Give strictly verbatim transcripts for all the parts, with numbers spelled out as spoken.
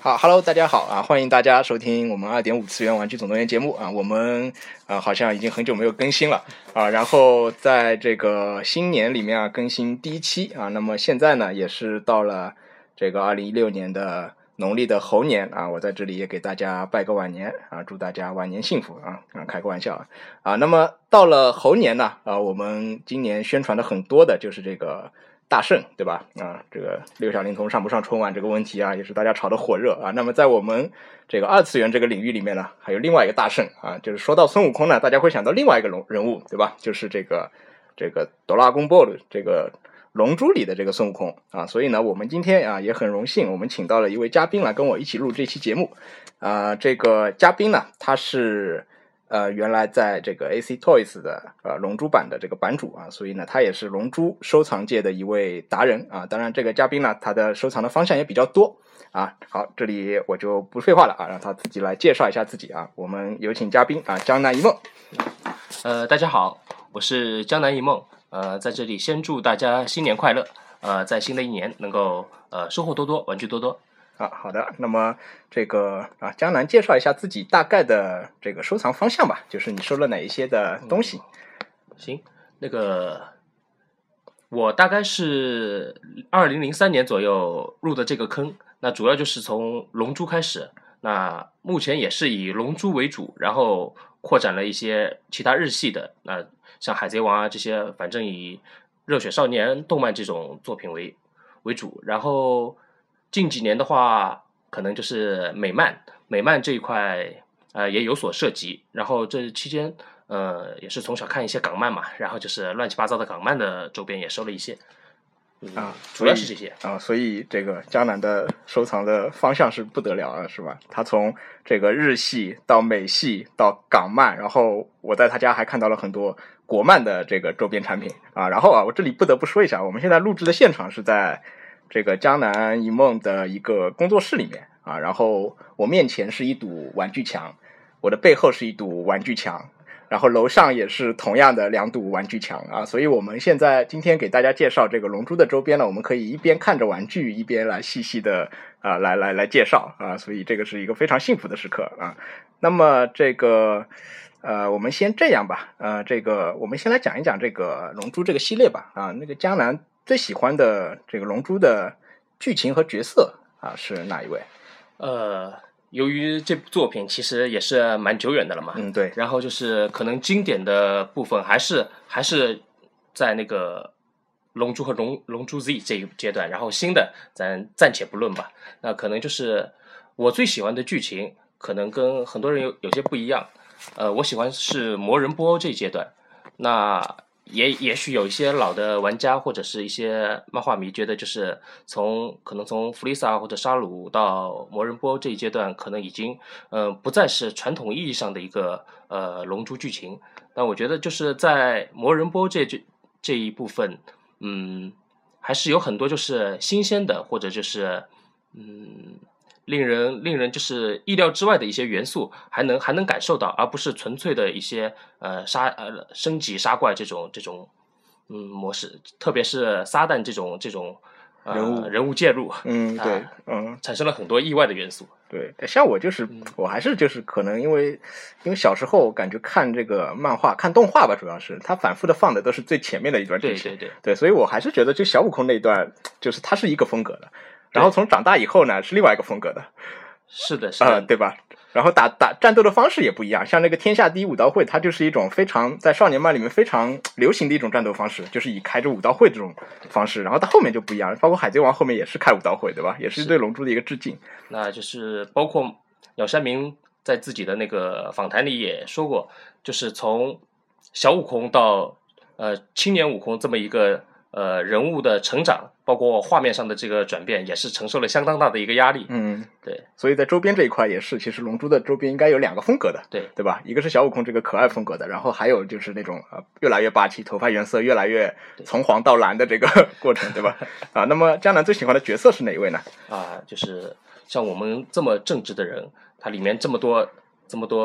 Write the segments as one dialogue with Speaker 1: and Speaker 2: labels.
Speaker 1: 好 ，Hello， 大家好啊！欢迎大家收听我们二点五次元玩具总动员节目啊。我们啊好像已经很久没有更新了啊，然后在这个新年里面啊更新第一期啊。那么现在呢也是到了这个二零一六年的农历的猴年啊，我在这里也给大家拜个晚年啊，祝大家晚年幸福啊啊，开个玩笑啊啊。那么到了猴年呢啊，我们今年宣传的很多的就是这个大圣，对吧？啊，这个六小龄童上不上春晚这个问题啊，也是大家炒得火热啊。那么在我们这个二次元这个领域里面呢，还有另外一个大圣啊，就是说到孙悟空呢，大家会想到另外一个龙人物，对吧？就是这个这个哆啦 A 梦的这个龙珠里的这个孙悟空啊。所以呢，我们今天啊也很荣幸，我们请到了一位嘉宾来跟我一起录这期节目啊。这个嘉宾呢，他是。呃，原来在这个 A C Toys 的呃龙珠版的这个版主啊，所以呢，他也是龙珠收藏界的一位达人啊。当然，这个嘉宾呢，他的收藏的方向也比较多啊。好，这里我就不废话了啊，让他自己来介绍一下自己啊。我们有请嘉宾啊，江南一梦。
Speaker 2: 呃，大家好，我是江南一梦。呃，在这里先祝大家新年快乐。呃，在新的一年能够呃收获多多，玩具多多。
Speaker 1: 啊，好的，那么这个啊，江南介绍一下自己大概的这个收藏方向吧，就是你收了哪一些的东西？
Speaker 2: 嗯、行，那个我大概是二零零三年左右入的这个坑，那主要就是从龙珠开始，那目前也是以龙珠为主，然后扩展了一些其他日系的，那像海贼王啊这些，反正以热血少年动漫这种作品为为主，然后。近几年的话，可能就是美漫，美漫这一块呃也有所涉及。然后这期间呃也是从小看一些港漫嘛，然后就是乱七八糟的港漫的周边也收了一些。嗯、
Speaker 1: 啊，
Speaker 2: 主要是这些
Speaker 1: 啊，所以这个江南的收藏的方向是不得了啊，是吧？他从这个日系到美系到港漫，然后我在他家还看到了很多国漫的这个周边产品啊。然后啊，我这里不得不说一下，我们现在录制的现场是在。这个江南一梦的一个工作室里面啊，然后我面前是一堵玩具墙，我的背后是一堵玩具墙，然后楼上也是同样的两堵玩具墙啊，所以我们现在今天给大家介绍这个龙珠的周边呢，我们可以一边看着玩具，一边来细细的啊来来来介绍啊，所以这个是一个非常幸福的时刻啊。那么这个呃，我们先这样吧，呃，这个我们先来讲一讲这个龙珠这个系列吧啊，那个江南。最喜欢的这个龙珠的剧情和角色啊是哪一位？
Speaker 2: 呃，由于这部作品其实也是蛮久远的了嘛，
Speaker 1: 嗯，对。
Speaker 2: 然后就是可能经典的部分还是还是在那个龙珠和龙龙珠 Z 这一阶段，然后新的咱暂且不论吧。那可能就是我最喜欢的剧情，可能跟很多人有有些不一样。呃，我喜欢是魔人布欧这一阶段，那。也也许有一些老的玩家或者是一些漫画迷觉得，就是从可能从弗利萨或者沙鲁到魔人布欧这一阶段，可能已经嗯、呃、不再是传统意义上的一个呃龙珠剧情。但我觉得就是在魔人布欧这这这一部分，嗯，还是有很多就是新鲜的，或者就是嗯。令人令人就是意料之外的一些元素，还能还能感受到，而不是纯粹的一些呃杀呃升级杀怪这种这种嗯模式，特别是撒旦这种这种呃
Speaker 1: 人物
Speaker 2: 人物介入，
Speaker 1: 嗯对、
Speaker 2: 啊、
Speaker 1: 嗯
Speaker 2: 产生了很多意外的元素。
Speaker 1: 对，像我就是、嗯、我还是就是可能因为因为小时候感觉看这个漫画看动画吧，主要是它反复的放的都是最前面的一段剧情，
Speaker 2: 对对对
Speaker 1: 对，所以我还是觉得就小悟空那一段就是它是一个风格的。然后从长大以后呢，是另外一个风格的，
Speaker 2: 是的，是的，
Speaker 1: 呃，对吧？然后打打战斗的方式也不一样，像那个天下第一武道会，它就是一种非常在少年漫里面非常流行的一种战斗方式，就是以开着武道会这种方式。然后到后面就不一样，包括海贼王后面也是开武道会，对吧？也是对龙珠的一个致敬。
Speaker 2: 那就是包括鸟山明在自己的那个访谈里也说过，就是从小悟空到呃青年悟空这么一个。呃，人物的成长，包括画面上的这个转变，也是承受了相当大的一个压力。
Speaker 1: 嗯，
Speaker 2: 对。
Speaker 1: 所以在周边这一块也是，其实龙珠的周边应该有两个风格的，
Speaker 2: 对
Speaker 1: 对吧？一个是小悟空这个可爱风格的，然后还有就是那种呃越来越霸气，头发颜色越来越从黄到蓝的这个过程，对吧？啊，那么江南最喜欢的角色是哪一位呢？
Speaker 2: 啊，就是像我们这么正直的人，他里面这么多这么多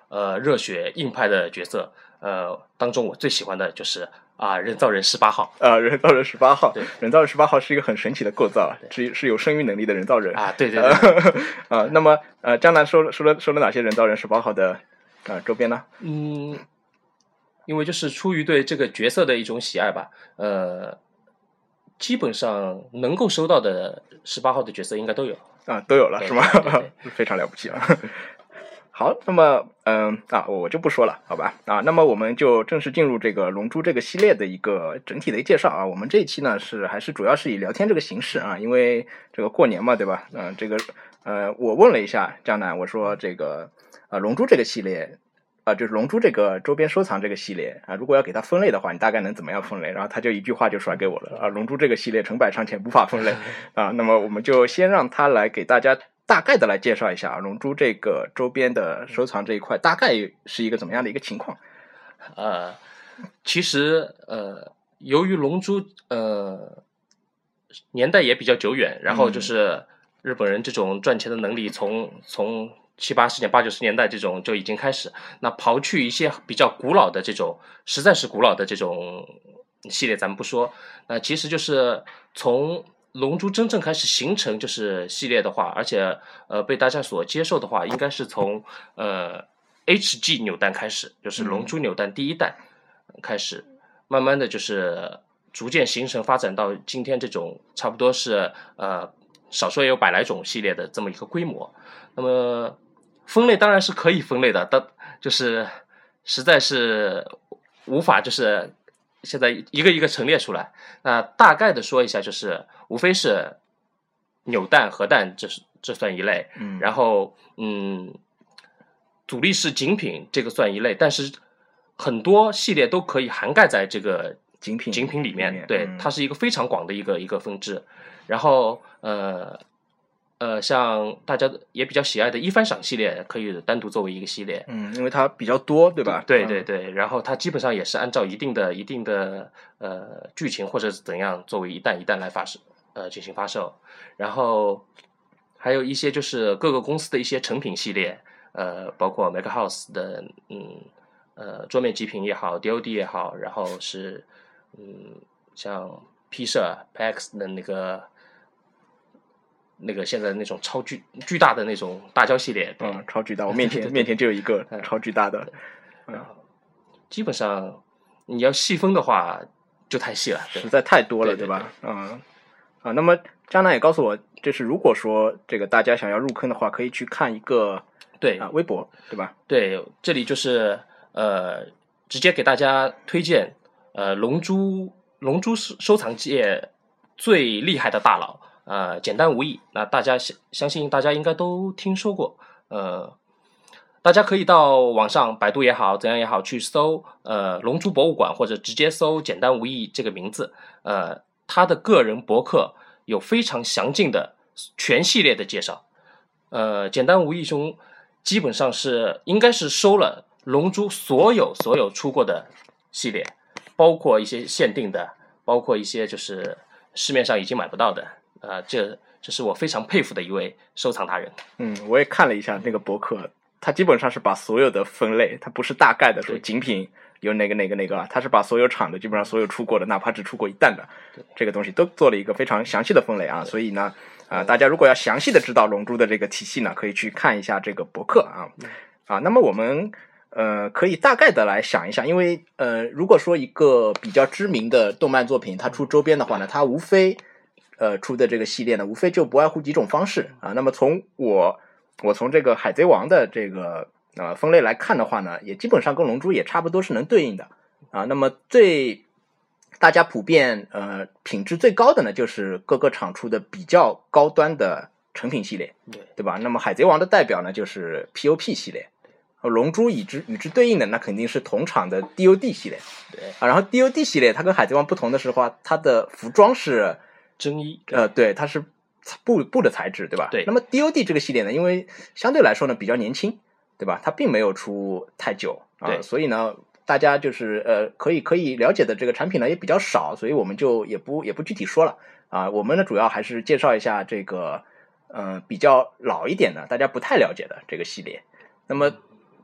Speaker 2: 呃热血硬派的角色，呃，当中我最喜欢的就是啊人造人十八号。
Speaker 1: 啊，人造人十八号，
Speaker 2: 对，
Speaker 1: 人造人十八号是一个很神奇的构造，是是有生育能力的人造人
Speaker 2: 啊，对对对。
Speaker 1: 啊，那么呃，江南说了说了说了哪些人造人十八号的啊周边呢？
Speaker 2: 嗯，因为就是出于对这个角色的一种喜爱吧，呃，基本上能够收到的十八号的角色应该都有
Speaker 1: 啊，都有了是吗？
Speaker 2: 对对对
Speaker 1: 非常了不起啊！好，那么嗯啊，我就不说了，好吧啊，那么我们就正式进入这个《龙珠》这个系列的一个整体的介绍啊。我们这一期呢是还是主要是以聊天这个形式啊，因为这个过年嘛，对吧？嗯、呃，这个呃，我问了一下江南，我说这个啊，《龙珠》这个系列。啊，就是龙珠这个周边收藏这个系列啊，如果要给它分类的话，你大概能怎么样分类？然后他就一句话就甩给我了啊，龙珠这个系列成百上千，无法分类啊。那么我们就先让他来给大家大概的来介绍一下啊，龙珠这个周边的收藏这一块大概是一个怎么样的一个情况？
Speaker 2: 呃，其实呃，由于龙珠呃年代也比较久远，然后就是日本人这种赚钱的能力从从七八十年、八九十年代这种就已经开始。那刨去一些比较古老的这种，实在是古老的这种系列，咱们不说。那其实就是从龙珠真正开始形成就是系列的话，而且呃被大家所接受的话，应该是从呃 H G 扭蛋开始，就是龙珠扭蛋第一代开始，慢慢的就是逐渐形成发展到今天这种差不多是呃少说也有百来种系列的这么一个规模。那么分类当然是可以分类的，但就是实在是无法就是现在一个一个陈列出来。那大概的说一下，就是无非是扭蛋、核弹，这是这算一类，
Speaker 1: 嗯，
Speaker 2: 然后嗯，阻力式精品这个算一类，但是很多系列都可以涵盖在这个
Speaker 1: 精品
Speaker 2: 精品里面，
Speaker 1: 里面
Speaker 2: 对，
Speaker 1: 嗯
Speaker 2: 它是一个非常广的一个一个分支。然后呃。呃，像大家也比较喜爱的一番赏系列，可以单独作为一个系列。
Speaker 1: 嗯，因为它比较多，对吧？
Speaker 2: 对对对，然后它基本上也是按照一定的一定的呃剧情或者是怎样，作为一弹一弹来发售，呃进行发售。然后还有一些就是各个公司的一些成品系列，呃，包括 Mega House 的嗯呃桌面极品也好 ，D O D 也好，然后是嗯像 P 社 P X 的那个。那个现在那种超巨巨大的那种大胶系列，
Speaker 1: 嗯，超巨大，我面前面前就有一个超巨大的，
Speaker 2: 嗯，基本上你要细分的话就太细了，
Speaker 1: 实在太多了，
Speaker 2: 对
Speaker 1: 吧？嗯啊，那么江南也告诉我，就是如果说这个大家想要入坑的话，可以去看一个
Speaker 2: 对
Speaker 1: 啊微博，对吧？
Speaker 2: 对，这里就是呃直接给大家推荐呃龙珠龙珠收藏界最厉害的大佬。呃，简单无易，那大家相相信大家应该都听说过，呃，大家可以到网上百度也好，怎样也好，去搜呃龙珠博物馆，或者直接搜简单无易这个名字，呃，他的个人博客有非常详尽的全系列的介绍，呃，简单无易中基本上是应该是收了龙珠所有所有出过的系列，包括一些限定的，包括一些就是市面上已经买不到的。呃，这这是我非常佩服的一位收藏达人。
Speaker 1: 嗯，我也看了一下那个博客，他基本上是把所有的分类，他不是大概的说精品有哪个哪个哪个，他是把所有厂的基本上所有出过的，哪怕只出过一弹的这个东西都做了一个非常详细的分类啊。所以呢，啊、呃，大家如果要详细的知道龙珠的这个体系呢，可以去看一下这个博客啊啊。那么我们呃可以大概的来想一下，因为呃如果说一个比较知名的动漫作品它出周边的话呢，它无非呃，出的这个系列呢，无非就不外乎几种方式啊。那么从我我从这个海贼王的这个呃分类来看的话呢，也基本上跟龙珠也差不多是能对应的啊。那么最大家普遍呃品质最高的呢，就是各个厂出的比较高端的成品系列，
Speaker 2: 对
Speaker 1: 对吧？那么海贼王的代表呢，就是 P O P 系列。龙珠与之与之对应的那肯定是同厂的 D O D 系列，
Speaker 2: 对
Speaker 1: 啊。然后 D O D 系列它跟海贼王不同的是话，它的服装是
Speaker 2: 真衣，
Speaker 1: 呃，对，它是布布的材质，对吧？
Speaker 2: 对。
Speaker 1: 那么 D O D 这个系列呢，因为相对来说呢比较年轻，对吧？它并没有出太久啊、呃，所以呢，大家就是呃可以可以了解的这个产品呢也比较少，所以我们就也不也不具体说了啊、呃。我们呢主要还是介绍一下这个呃比较老一点的，大家不太了解的这个系列。那么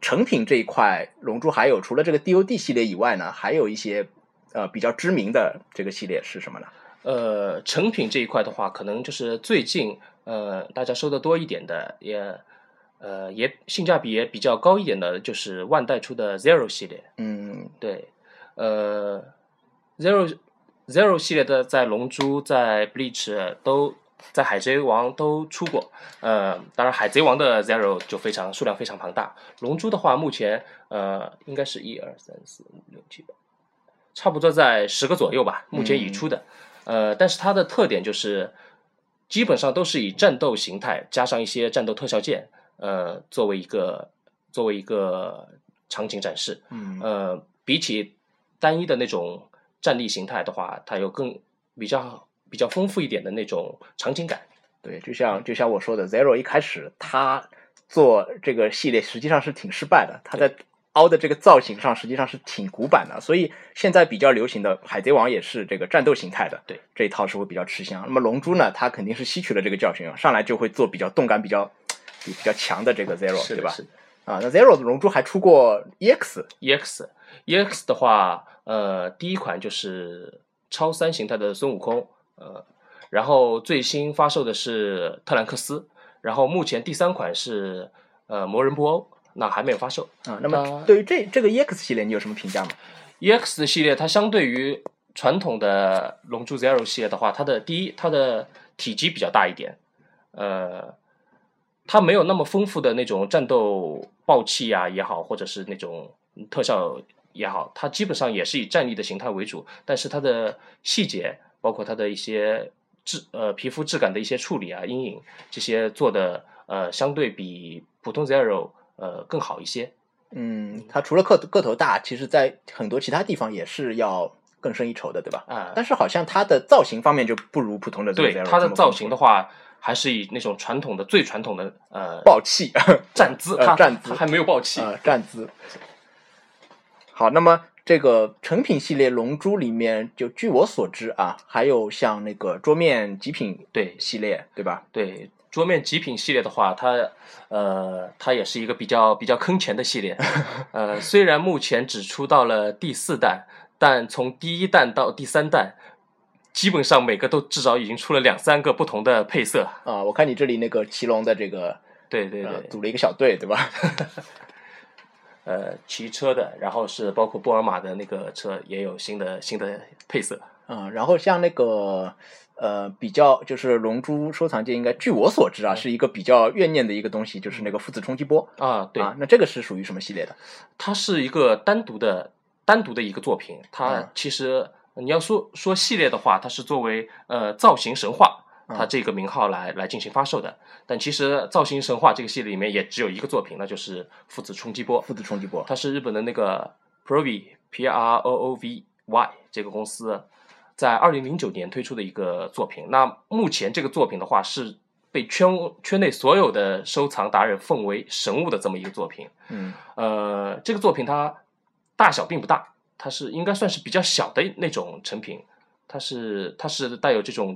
Speaker 1: 成品这一块，龙珠还有除了这个 D O D 系列以外呢，还有一些呃比较知名的这个系列是什么呢？
Speaker 2: 呃，成品这一块的话，可能就是最近呃大家收的多一点的，也呃也性价比也比较高一点的，就是万代出的 Zero 系列。
Speaker 1: 嗯，
Speaker 2: 对，呃 Zero Zero 系列的在龙珠、在 Bleach 都在海贼王都出过。呃，当然海贼王的 Zero 就非常数量非常庞大。龙珠的话，目前呃应该是一二三四五六七八，差不多在十个左右吧，目前已出的。嗯、呃，但是它的特点就是基本上都是以战斗形态加上一些战斗特效件，呃，作为一个作为一个场景展示。
Speaker 1: 嗯，
Speaker 2: 呃，比起单一的那种战力形态的话，它有更比较比较丰富一点的那种场景感。
Speaker 1: 对，就像就像我说的 ，Zero 一开始他做这个系列实际上是挺失败的，他在凹的这个造型上实际上是挺古板的，所以现在比较流行的海贼王也是这个战斗形态的，
Speaker 2: 对，
Speaker 1: 这一套是会比较吃香。那么龙珠呢，它肯定是吸取了这个教训啊，上来就会做比较动感比较比比较强的这个 Zero， 对吧？
Speaker 2: 是的。
Speaker 1: 啊，那 Zero 的龙珠还出过 E X，E
Speaker 2: X E X 的话，呃，第一款就是超三形态的孙悟空，呃，然后最新发售的是特兰克斯，然后目前第三款是呃魔人布欧，那还没有发售
Speaker 1: 啊。那么对于这这个 E X 系列，你有什么评价吗
Speaker 2: ？E X 系列它相对于传统的龙珠 Zero 系列的话，它的第一，它的体积比较大一点，呃，它没有那么丰富的那种战斗爆气啊也好，或者是那种特效也好，它基本上也是以战力的形态为主，但是它的细节，包括它的一些质呃皮肤质感的一些处理啊、阴影这些做的呃相对比普通 Zero 呃更好一些。
Speaker 1: 嗯，它除了个个头大，其实在很多其他地方也是要更胜一筹的，对吧？
Speaker 2: 啊，
Speaker 1: 但是好像它的造型方面就不如普通的 Zero
Speaker 2: 对它的造型的话，还是以那种传统的最传统的呃
Speaker 1: 暴气
Speaker 2: 站姿，
Speaker 1: 呃、
Speaker 2: 它
Speaker 1: 站姿
Speaker 2: 它还没有暴气
Speaker 1: 呃站姿。好，那么这个成品系列龙珠里面，就据我所知啊，还有像那个桌面极品
Speaker 2: 对
Speaker 1: 系列，对吧？
Speaker 2: 对，桌面极品系列的话，它呃它也是一个比较比较坑钱的系列。呃，虽然目前只出到了第四弹，但从第一弹到第三弹，基本上每个都至少已经出了两三个不同的配色
Speaker 1: 啊。我看你这里那个骑龙的这个，
Speaker 2: 对对对，
Speaker 1: 呃、组了一个小队，对吧？
Speaker 2: 呃，骑车的，然后是包括波尔玛的那个车也有新的新的配色。
Speaker 1: 嗯，然后像那个呃，比较就是龙珠收藏界应该据我所知啊，
Speaker 2: 嗯、
Speaker 1: 是一个比较怨念的一个东西，就是那个父子冲击波
Speaker 2: 啊，对
Speaker 1: 啊，那这个是属于什么系列的？
Speaker 2: 它是一个单独的单独的一个作品，它其实、嗯、你要说说系列的话，它是作为呃造型神话。它这个名号来来进行发售的，但其实造型神话这个系列里面也只有一个作品，那就是父子冲击波。
Speaker 1: 父子冲击波，
Speaker 2: 它是日本的那个 P R O V Y P R O O V Y 这个公司在二零零九年推出的一个作品。那目前这个作品的话，是被圈圈内所有的收藏达人奉为神物的这么一个作品。
Speaker 1: 嗯，
Speaker 2: 呃，这个作品它大小并不大，它是应该算是比较小的那种成品，它是它是带有这种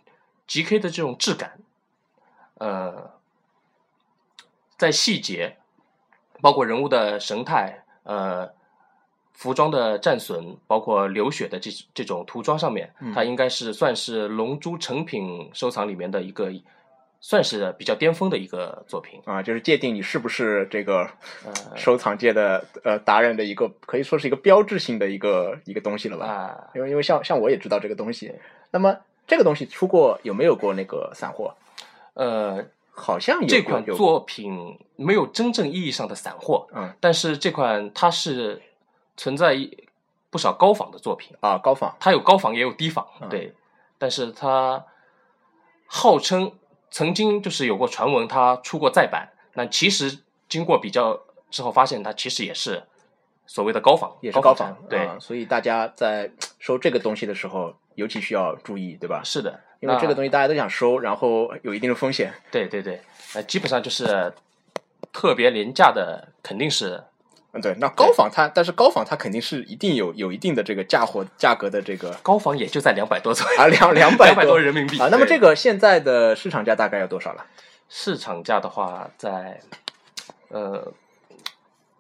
Speaker 2: G K 的这种质感，呃，在细节，包括人物的神态，呃，服装的战损，包括流血的这这种涂装上面，
Speaker 1: 嗯、
Speaker 2: 它应该是算是龙珠成品收藏里面的一个，算是比较巅峰的一个作品
Speaker 1: 啊，就是界定你是不是这个收藏界的呃达人的一个，可以说是一个标志性的一个一个东西了吧？
Speaker 2: 啊，
Speaker 1: 因为因为像像我也知道这个东西，那么。这个东西出过有没有过那个散货？
Speaker 2: 呃，
Speaker 1: 好像有
Speaker 2: 这款作品没有真正意义上的散货，
Speaker 1: 嗯，
Speaker 2: 但是这款它是存在不少高仿的作品
Speaker 1: 啊，高仿，
Speaker 2: 它有高仿也有低仿，
Speaker 1: 嗯、
Speaker 2: 对，但是它号称曾经就是有过传闻它出过再版，那其实经过比较之后发现它其实也是所谓的高仿，
Speaker 1: 也是高仿，
Speaker 2: 对、
Speaker 1: 嗯，所以大家在收这个东西的时候。尤其需要注意，对吧？
Speaker 2: 是的，
Speaker 1: 因为这个东西大家都想收，然后有一定的风险。
Speaker 2: 对对对，呃，基本上就是特别廉价的，肯定是，
Speaker 1: 嗯，对。那高仿它，但是高仿它肯定是一定有有一定的这个价货价格的这个。
Speaker 2: 高仿也就在两百多左右
Speaker 1: 啊，两两百
Speaker 2: 两百多人民币
Speaker 1: 啊。那么这个现在的市场价大概要多少了？
Speaker 2: 市场价的话在，呃，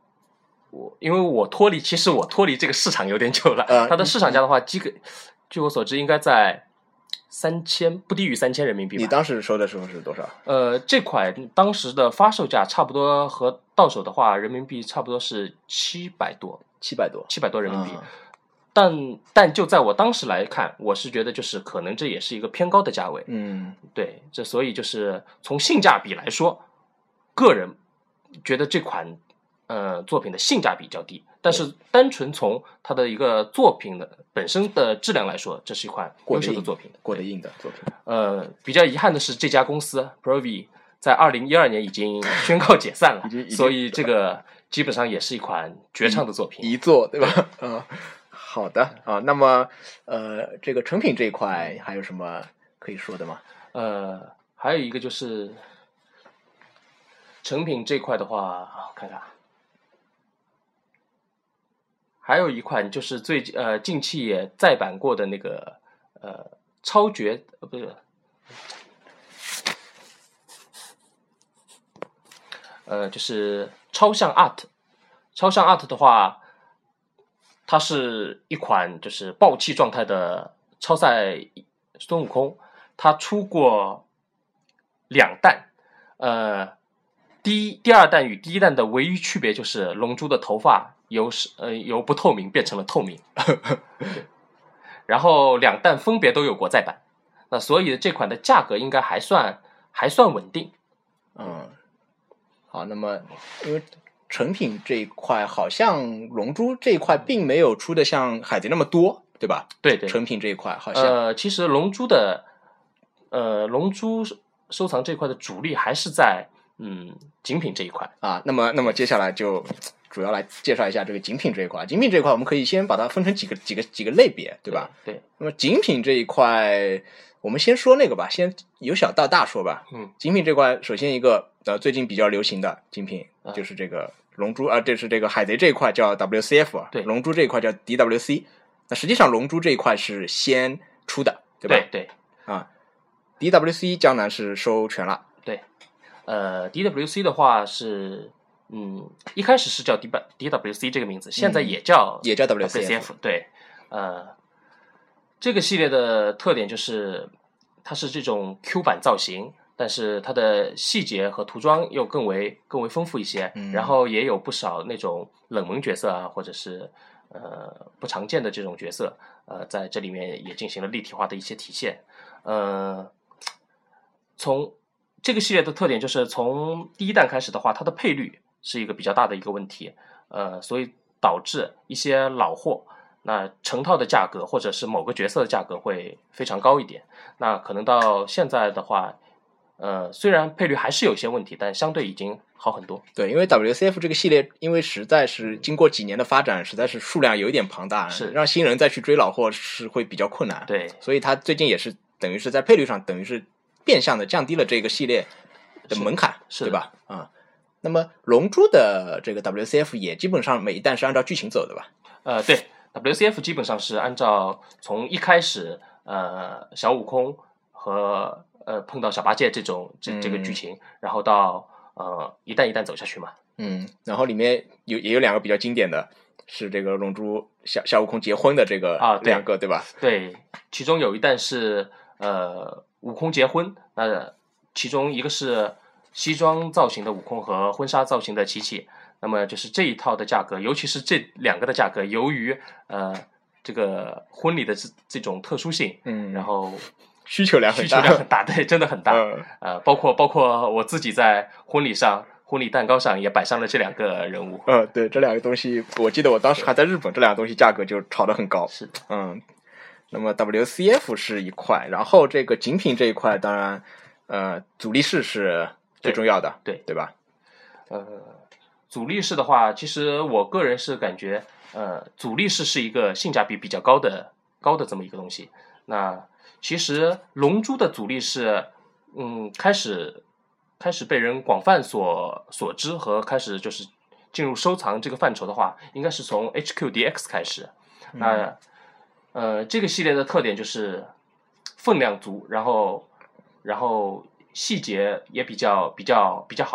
Speaker 2: 我因为我脱离，其实我脱离这个市场有点久了。
Speaker 1: 呃、
Speaker 2: 它的市场价的话，基个据我所知应该在三千不低于三千人民币吧。
Speaker 1: 你当时收的时候是多少？
Speaker 2: 呃，这款当时的发售价差不多和到手的话，人民币差不多是七百多，
Speaker 1: 七百多，
Speaker 2: 七百多人民币。
Speaker 1: 嗯
Speaker 2: 但但就在我当时来看，我是觉得就是可能这也是一个偏高的价位。
Speaker 1: 嗯，
Speaker 2: 对，这所以就是从性价比来说，个人觉得这款呃作品的性价比较低，但是单纯从它的一个作品的本身的质量来说，这是一款优秀的作品，
Speaker 1: 过得硬的作品。
Speaker 2: 呃，比较遗憾的是，这家公司 Provi 在二零一二年已经宣告解散了，所以这个基本上也是一款绝唱的作品，
Speaker 1: 遗作，对吧？嗯。好的啊，那么呃，这个成品这一块还有什么可以说的吗？
Speaker 2: 呃，还有一个就是成品这块的话，看看，还有一款就是最呃近期也再版过的那个呃超绝呃不是，呃就是超像 art， 超像 art 的话。它是一款就是爆气状态的超赛孙悟空，它出过两弹，呃，第一第二弹与第一弹的唯一区别就是龙珠的头发由呃由不透明变成了透明，然后两弹分别都有过再版，那所以这款的价格应该还算还算稳定。
Speaker 1: 嗯，好，那么因为。成品这一块好像龙珠这一块并没有出的像海贼那么多，对吧？
Speaker 2: 对对，
Speaker 1: 成品这一块好像
Speaker 2: 呃，其实龙珠的呃龙珠收藏这一块的主力还是在嗯精品这一块
Speaker 1: 啊。那么那么接下来就主要来介绍一下这个精品这一块。精品这一块我们可以先把它分成几个几个几个类别，对吧？
Speaker 2: 对。对
Speaker 1: 那么精品这一块，我们先说那个吧，先由小到大说吧。
Speaker 2: 嗯，
Speaker 1: 精品这块，首先一个呃最近比较流行的精品。就是这个龙珠啊，这是这个海贼这一块叫 W C F，
Speaker 2: 对，
Speaker 1: 龙珠这一块叫 D W C。那实际上龙珠这一块是先出的，对吧？
Speaker 2: 对对
Speaker 1: 啊 ，D W C 江南是收全了。
Speaker 2: 对，呃 ，D W C 的话是嗯，一开始是叫 D D W C 这个名字，现在也叫、
Speaker 1: 嗯、也叫
Speaker 2: W C F。对，呃，这个系列的特点就是它是这种 Q 版造型。但是它的细节和涂装又更为更为丰富一些，
Speaker 1: 嗯、
Speaker 2: 然后也有不少那种冷门角色啊，或者是呃不常见的这种角色，呃，在这里面也进行了立体化的一些体现。呃，从这个系列的特点就是从第一弹开始的话，它的配率是一个比较大的一个问题，呃，所以导致一些老货。那成套的价格或者是某个角色的价格会非常高一点，那可能到现在的话。呃，虽然配率还是有些问题，但相对已经好很多。
Speaker 1: 对，因为 W C F 这个系列，因为实在是经过几年的发展，实在是数量有一点庞大，
Speaker 2: 是
Speaker 1: 让新人再去追老货是会比较困难。
Speaker 2: 对，
Speaker 1: 所以它最近也是等于是在配率上，等于是变相的降低了这个系列的门槛，
Speaker 2: 是
Speaker 1: 对吧？啊、嗯，那么龙珠的这个 W C F 也基本上每一弹是按照剧情走的吧？
Speaker 2: 呃，对 ，W C F 基本上是按照从一开始，呃，小悟空和呃，碰到小八戒这种这这个剧情，嗯、然后到呃一弹一弹走下去嘛。
Speaker 1: 嗯，然后里面有也有两个比较经典的，是这个龙珠小小悟空结婚的这个
Speaker 2: 啊，
Speaker 1: 两个对吧？
Speaker 2: 对，其中有一弹是呃悟空结婚，那其中一个是西装造型的悟空和婚纱造型的琪琪，那么就是这一套的价格，尤其是这两个的价格，由于呃这个婚礼的这这种特殊性，
Speaker 1: 嗯，
Speaker 2: 然后。
Speaker 1: 需求量很大，
Speaker 2: 需求量很大，对，真的很大。
Speaker 1: 嗯、
Speaker 2: 呃，包括包括我自己在婚礼上，婚礼蛋糕上也摆上了这两个人物。
Speaker 1: 呃，对，这两个东西，我记得我当时还在日本，这两个东西价格就炒得很高。
Speaker 2: 是的，
Speaker 1: 嗯。那么 W C F 是一块，然后这个精品这一块，当然，呃，阻力式是最重要的，
Speaker 2: 对对,
Speaker 1: 对吧？
Speaker 2: 呃，阻力式的话，其实我个人是感觉，呃，阻力式是一个性价比比较高的高的这么一个东西。那其实龙珠的阻力是，嗯，开始开始被人广泛所所知和开始就是进入收藏这个范畴的话，应该是从 H Q D X 开始。
Speaker 1: 嗯、
Speaker 2: 那呃，这个系列的特点就是分量足，然后然后细节也比较比较比较好。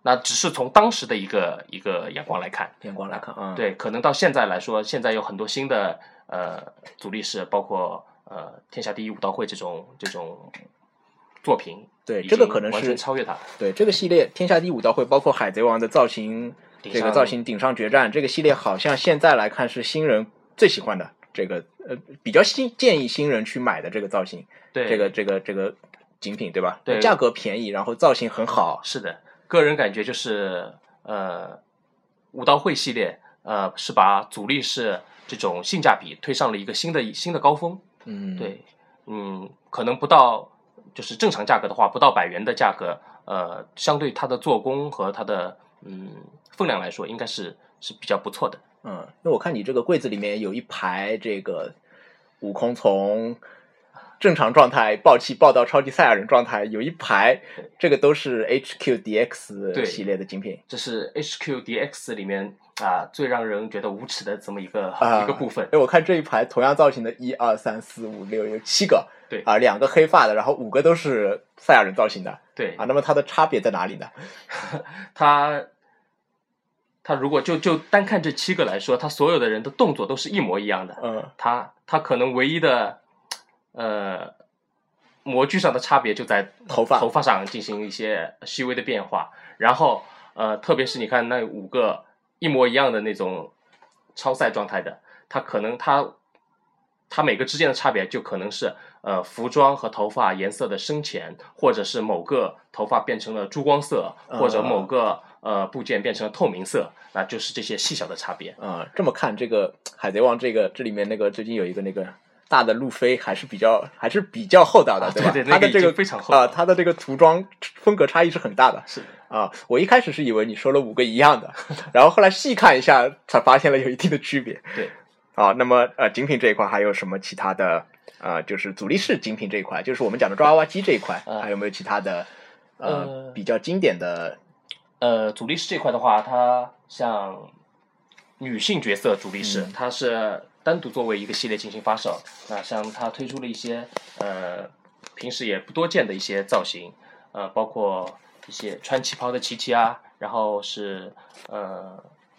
Speaker 2: 那只是从当时的一个一个眼光来看，
Speaker 1: 眼光来看啊，
Speaker 2: 对，可能到现在来说，现在有很多新的呃阻力式，包括呃天下第一武道会这种这种作品，
Speaker 1: 对，这个可能是
Speaker 2: 完全超越它。
Speaker 1: 对，这个系列天下第一武道会，包括海贼王的造型，这个造型顶上决战这个系列，好像现在来看是新人最喜欢的这个呃比较新建议新人去买的这个造型，
Speaker 2: 对，
Speaker 1: 这个这个这个精品对吧？
Speaker 2: 对，
Speaker 1: 价格便宜，然后造型很好。
Speaker 2: 是的，个人感觉就是呃武道会系列呃是把阻力式这种性价比推上了一个新的新的高峰。
Speaker 1: 嗯，
Speaker 2: 对，嗯，可能不到就是正常价格的话，不到百元的价格，呃，相对它的做工和它的嗯分量来说，应该是是比较不错的。
Speaker 1: 嗯，因为我看你这个柜子里面有一排这个悟空从正常状态爆气爆到超级赛亚人状态，有一排这个都是 H Q D X 系列的精品。
Speaker 2: 这是 H Q D X 里面啊最让人觉得无耻的这么一个、
Speaker 1: 啊、
Speaker 2: 一个部分。
Speaker 1: 因为我看这一排同样造型的一二三四五六有七个，
Speaker 2: 对
Speaker 1: 啊、呃，两个黑发的，然后五个都是赛亚人造型的。
Speaker 2: 对
Speaker 1: 啊，那么它的差别在哪里呢？
Speaker 2: 它他如果就就单看这七个来说，他所有的人的动作都是一模一样的。
Speaker 1: 嗯，
Speaker 2: 他他可能唯一的呃模具上的差别就在
Speaker 1: 头发
Speaker 2: 头发上进行一些细微的变化。然后呃，特别是你看那五个一模一样的那种超赛状态的，他可能他他每个之间的差别就可能是呃服装和头发颜色的深浅，或者是某个头发变成了珠光色，或者某个。呃，部件变成了透明色，那就是这些细小的差别
Speaker 1: 啊、呃。这么看，这个海贼王这个这里面那个最近有一个那个大的路飞，还是比较还是比较厚道的，
Speaker 2: 啊、
Speaker 1: 对吧？
Speaker 2: 对对，
Speaker 1: 他的这个
Speaker 2: 非常厚啊、
Speaker 1: 呃，他的这个涂装风格差异是很大的。
Speaker 2: 是
Speaker 1: 啊、呃，我一开始是以为你说了五个一样的，然后后来细看一下，才发现了有一定的区别。
Speaker 2: 对，
Speaker 1: 啊、呃，那么呃，精品这一块还有什么其他的？呃，就是阻力式精品这一块，就是我们讲的抓娃娃机这一块，
Speaker 2: 呃、
Speaker 1: 还有没有其他的呃、
Speaker 2: 呃
Speaker 1: 比较经典的？
Speaker 2: 呃，阻力式这块的话，它像女性角色阻力式，
Speaker 1: 嗯、
Speaker 2: 它是单独作为一个系列进行发售。那像它推出了一些呃平时也不多见的一些造型，呃，包括一些穿旗袍的琪琪啊，然后是呃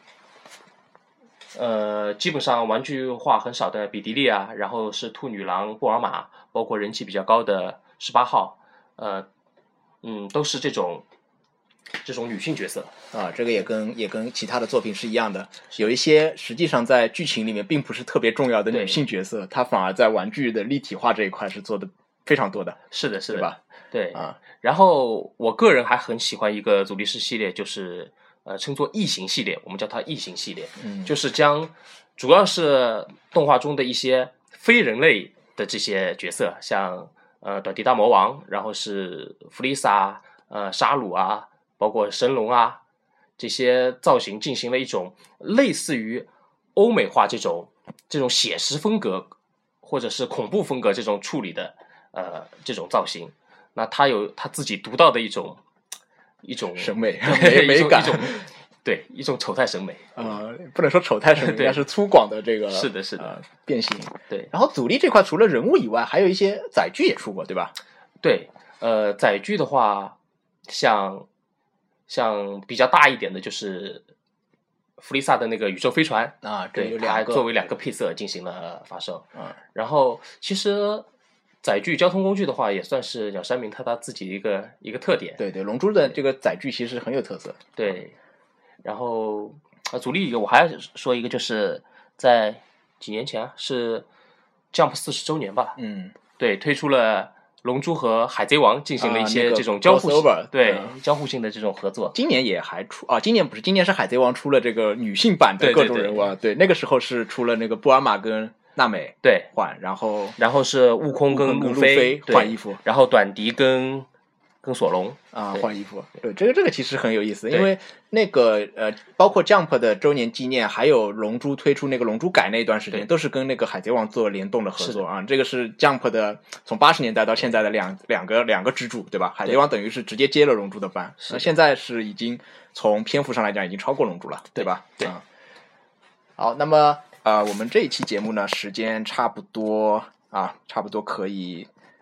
Speaker 2: 呃基本上玩具化很少的比迪利啊，然后是兔女郎布尔玛，包括人气比较高的十八号，呃嗯，都是这种。这种女性角色
Speaker 1: 啊，这个也跟也跟其他的作品是一样的，有一些实际上在剧情里面并不是特别重要的女性角色，她反而在玩具的立体化这一块是做的非常多的。
Speaker 2: 是的，是的，
Speaker 1: 对吧？
Speaker 2: 对
Speaker 1: 啊。
Speaker 2: 然后我个人还很喜欢一个阻力式系列，就是呃称作异形系列，我们叫它异形系列，
Speaker 1: 嗯，
Speaker 2: 就是将主要是动画中的一些非人类的这些角色，像呃短笛大魔王，然后是弗利萨、呃沙鲁啊。包括神龙啊，这些造型进行了一种类似于欧美化这种这种写实风格或者是恐怖风格这种处理的呃这种造型，那它有它自己独到的一种一种
Speaker 1: 审美美美感，
Speaker 2: 一种对一种丑态审美
Speaker 1: 啊、呃，不能说丑态审美，应该是粗犷的这个
Speaker 2: 是的是的、
Speaker 1: 呃、变形。
Speaker 2: 对，
Speaker 1: 然后阻力这块除了人物以外，还有一些载具也出过，对吧？
Speaker 2: 对，呃，载具的话，像。像比较大一点的就是弗利萨的那个宇宙飞船
Speaker 1: 啊，
Speaker 2: 对，它还作为两个配色进行了发售。
Speaker 1: 嗯，
Speaker 2: 然后其实载具交通工具的话，也算是鸟山明他他自己一个一个特点。
Speaker 1: 对对，龙珠的这个载具其实很有特色。
Speaker 2: 对，然后啊，阻力我还说一个，就是在几年前是 Jump 四十周年吧，
Speaker 1: 嗯，
Speaker 2: 对，推出了。龙珠和海贼王进行了一些这种交互性，
Speaker 1: 啊那个、
Speaker 2: 对、
Speaker 1: 嗯、
Speaker 2: 交互性的这种合作。
Speaker 1: 今年也还出啊，今年不是，今年是海贼王出了这个女性版的各种人物，
Speaker 2: 对, 对,
Speaker 1: 对, 对，那个时候是出了那个布尔玛跟娜美
Speaker 2: 对
Speaker 1: 换，然后
Speaker 2: 然后是悟空跟
Speaker 1: 路
Speaker 2: 飞
Speaker 1: 换衣服，
Speaker 2: 然后短笛跟跟索隆
Speaker 1: 啊换衣服，对，这个这个其实很有意思，因为那个呃，包括 Jump 的周年纪念，还有龙珠推出那个龙珠改那一段时间，都是跟那个海贼王做联动的合作啊。这个是 Jump 的从八十年代到现在的两两个两个支柱，对吧？海贼王等于是直接接了龙珠的班，那现在是已经从篇幅上来讲已经超过龙珠了，对吧？
Speaker 2: 对。
Speaker 1: 嗯、好，那么呃，我们这一期节目呢，时间差不多啊，差不多可以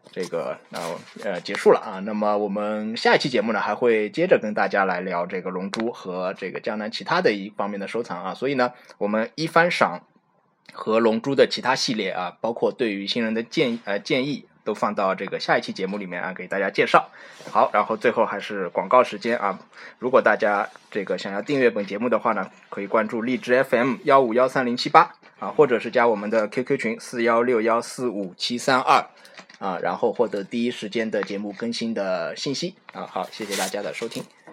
Speaker 1: 这个呃呃结束了啊。那么我们下一期节目呢，还会接着跟大家来聊这个龙珠和这个江南其他的一方面的收藏啊。所以呢，我们一番赏和龙珠的其他系列啊，包括对于新人的建呃建议，都放到这个下一期节目里面啊，给大家介绍。好，然后最后还是广告时间啊，如果大家这个想要订阅本节目的话呢，可以关注荔枝 F M 一五一三零七八啊，或者是加我们的 Q Q 群四一六一四五七三二啊，然后获得第一时间的节目更新的信息啊。好，谢谢大家的收听。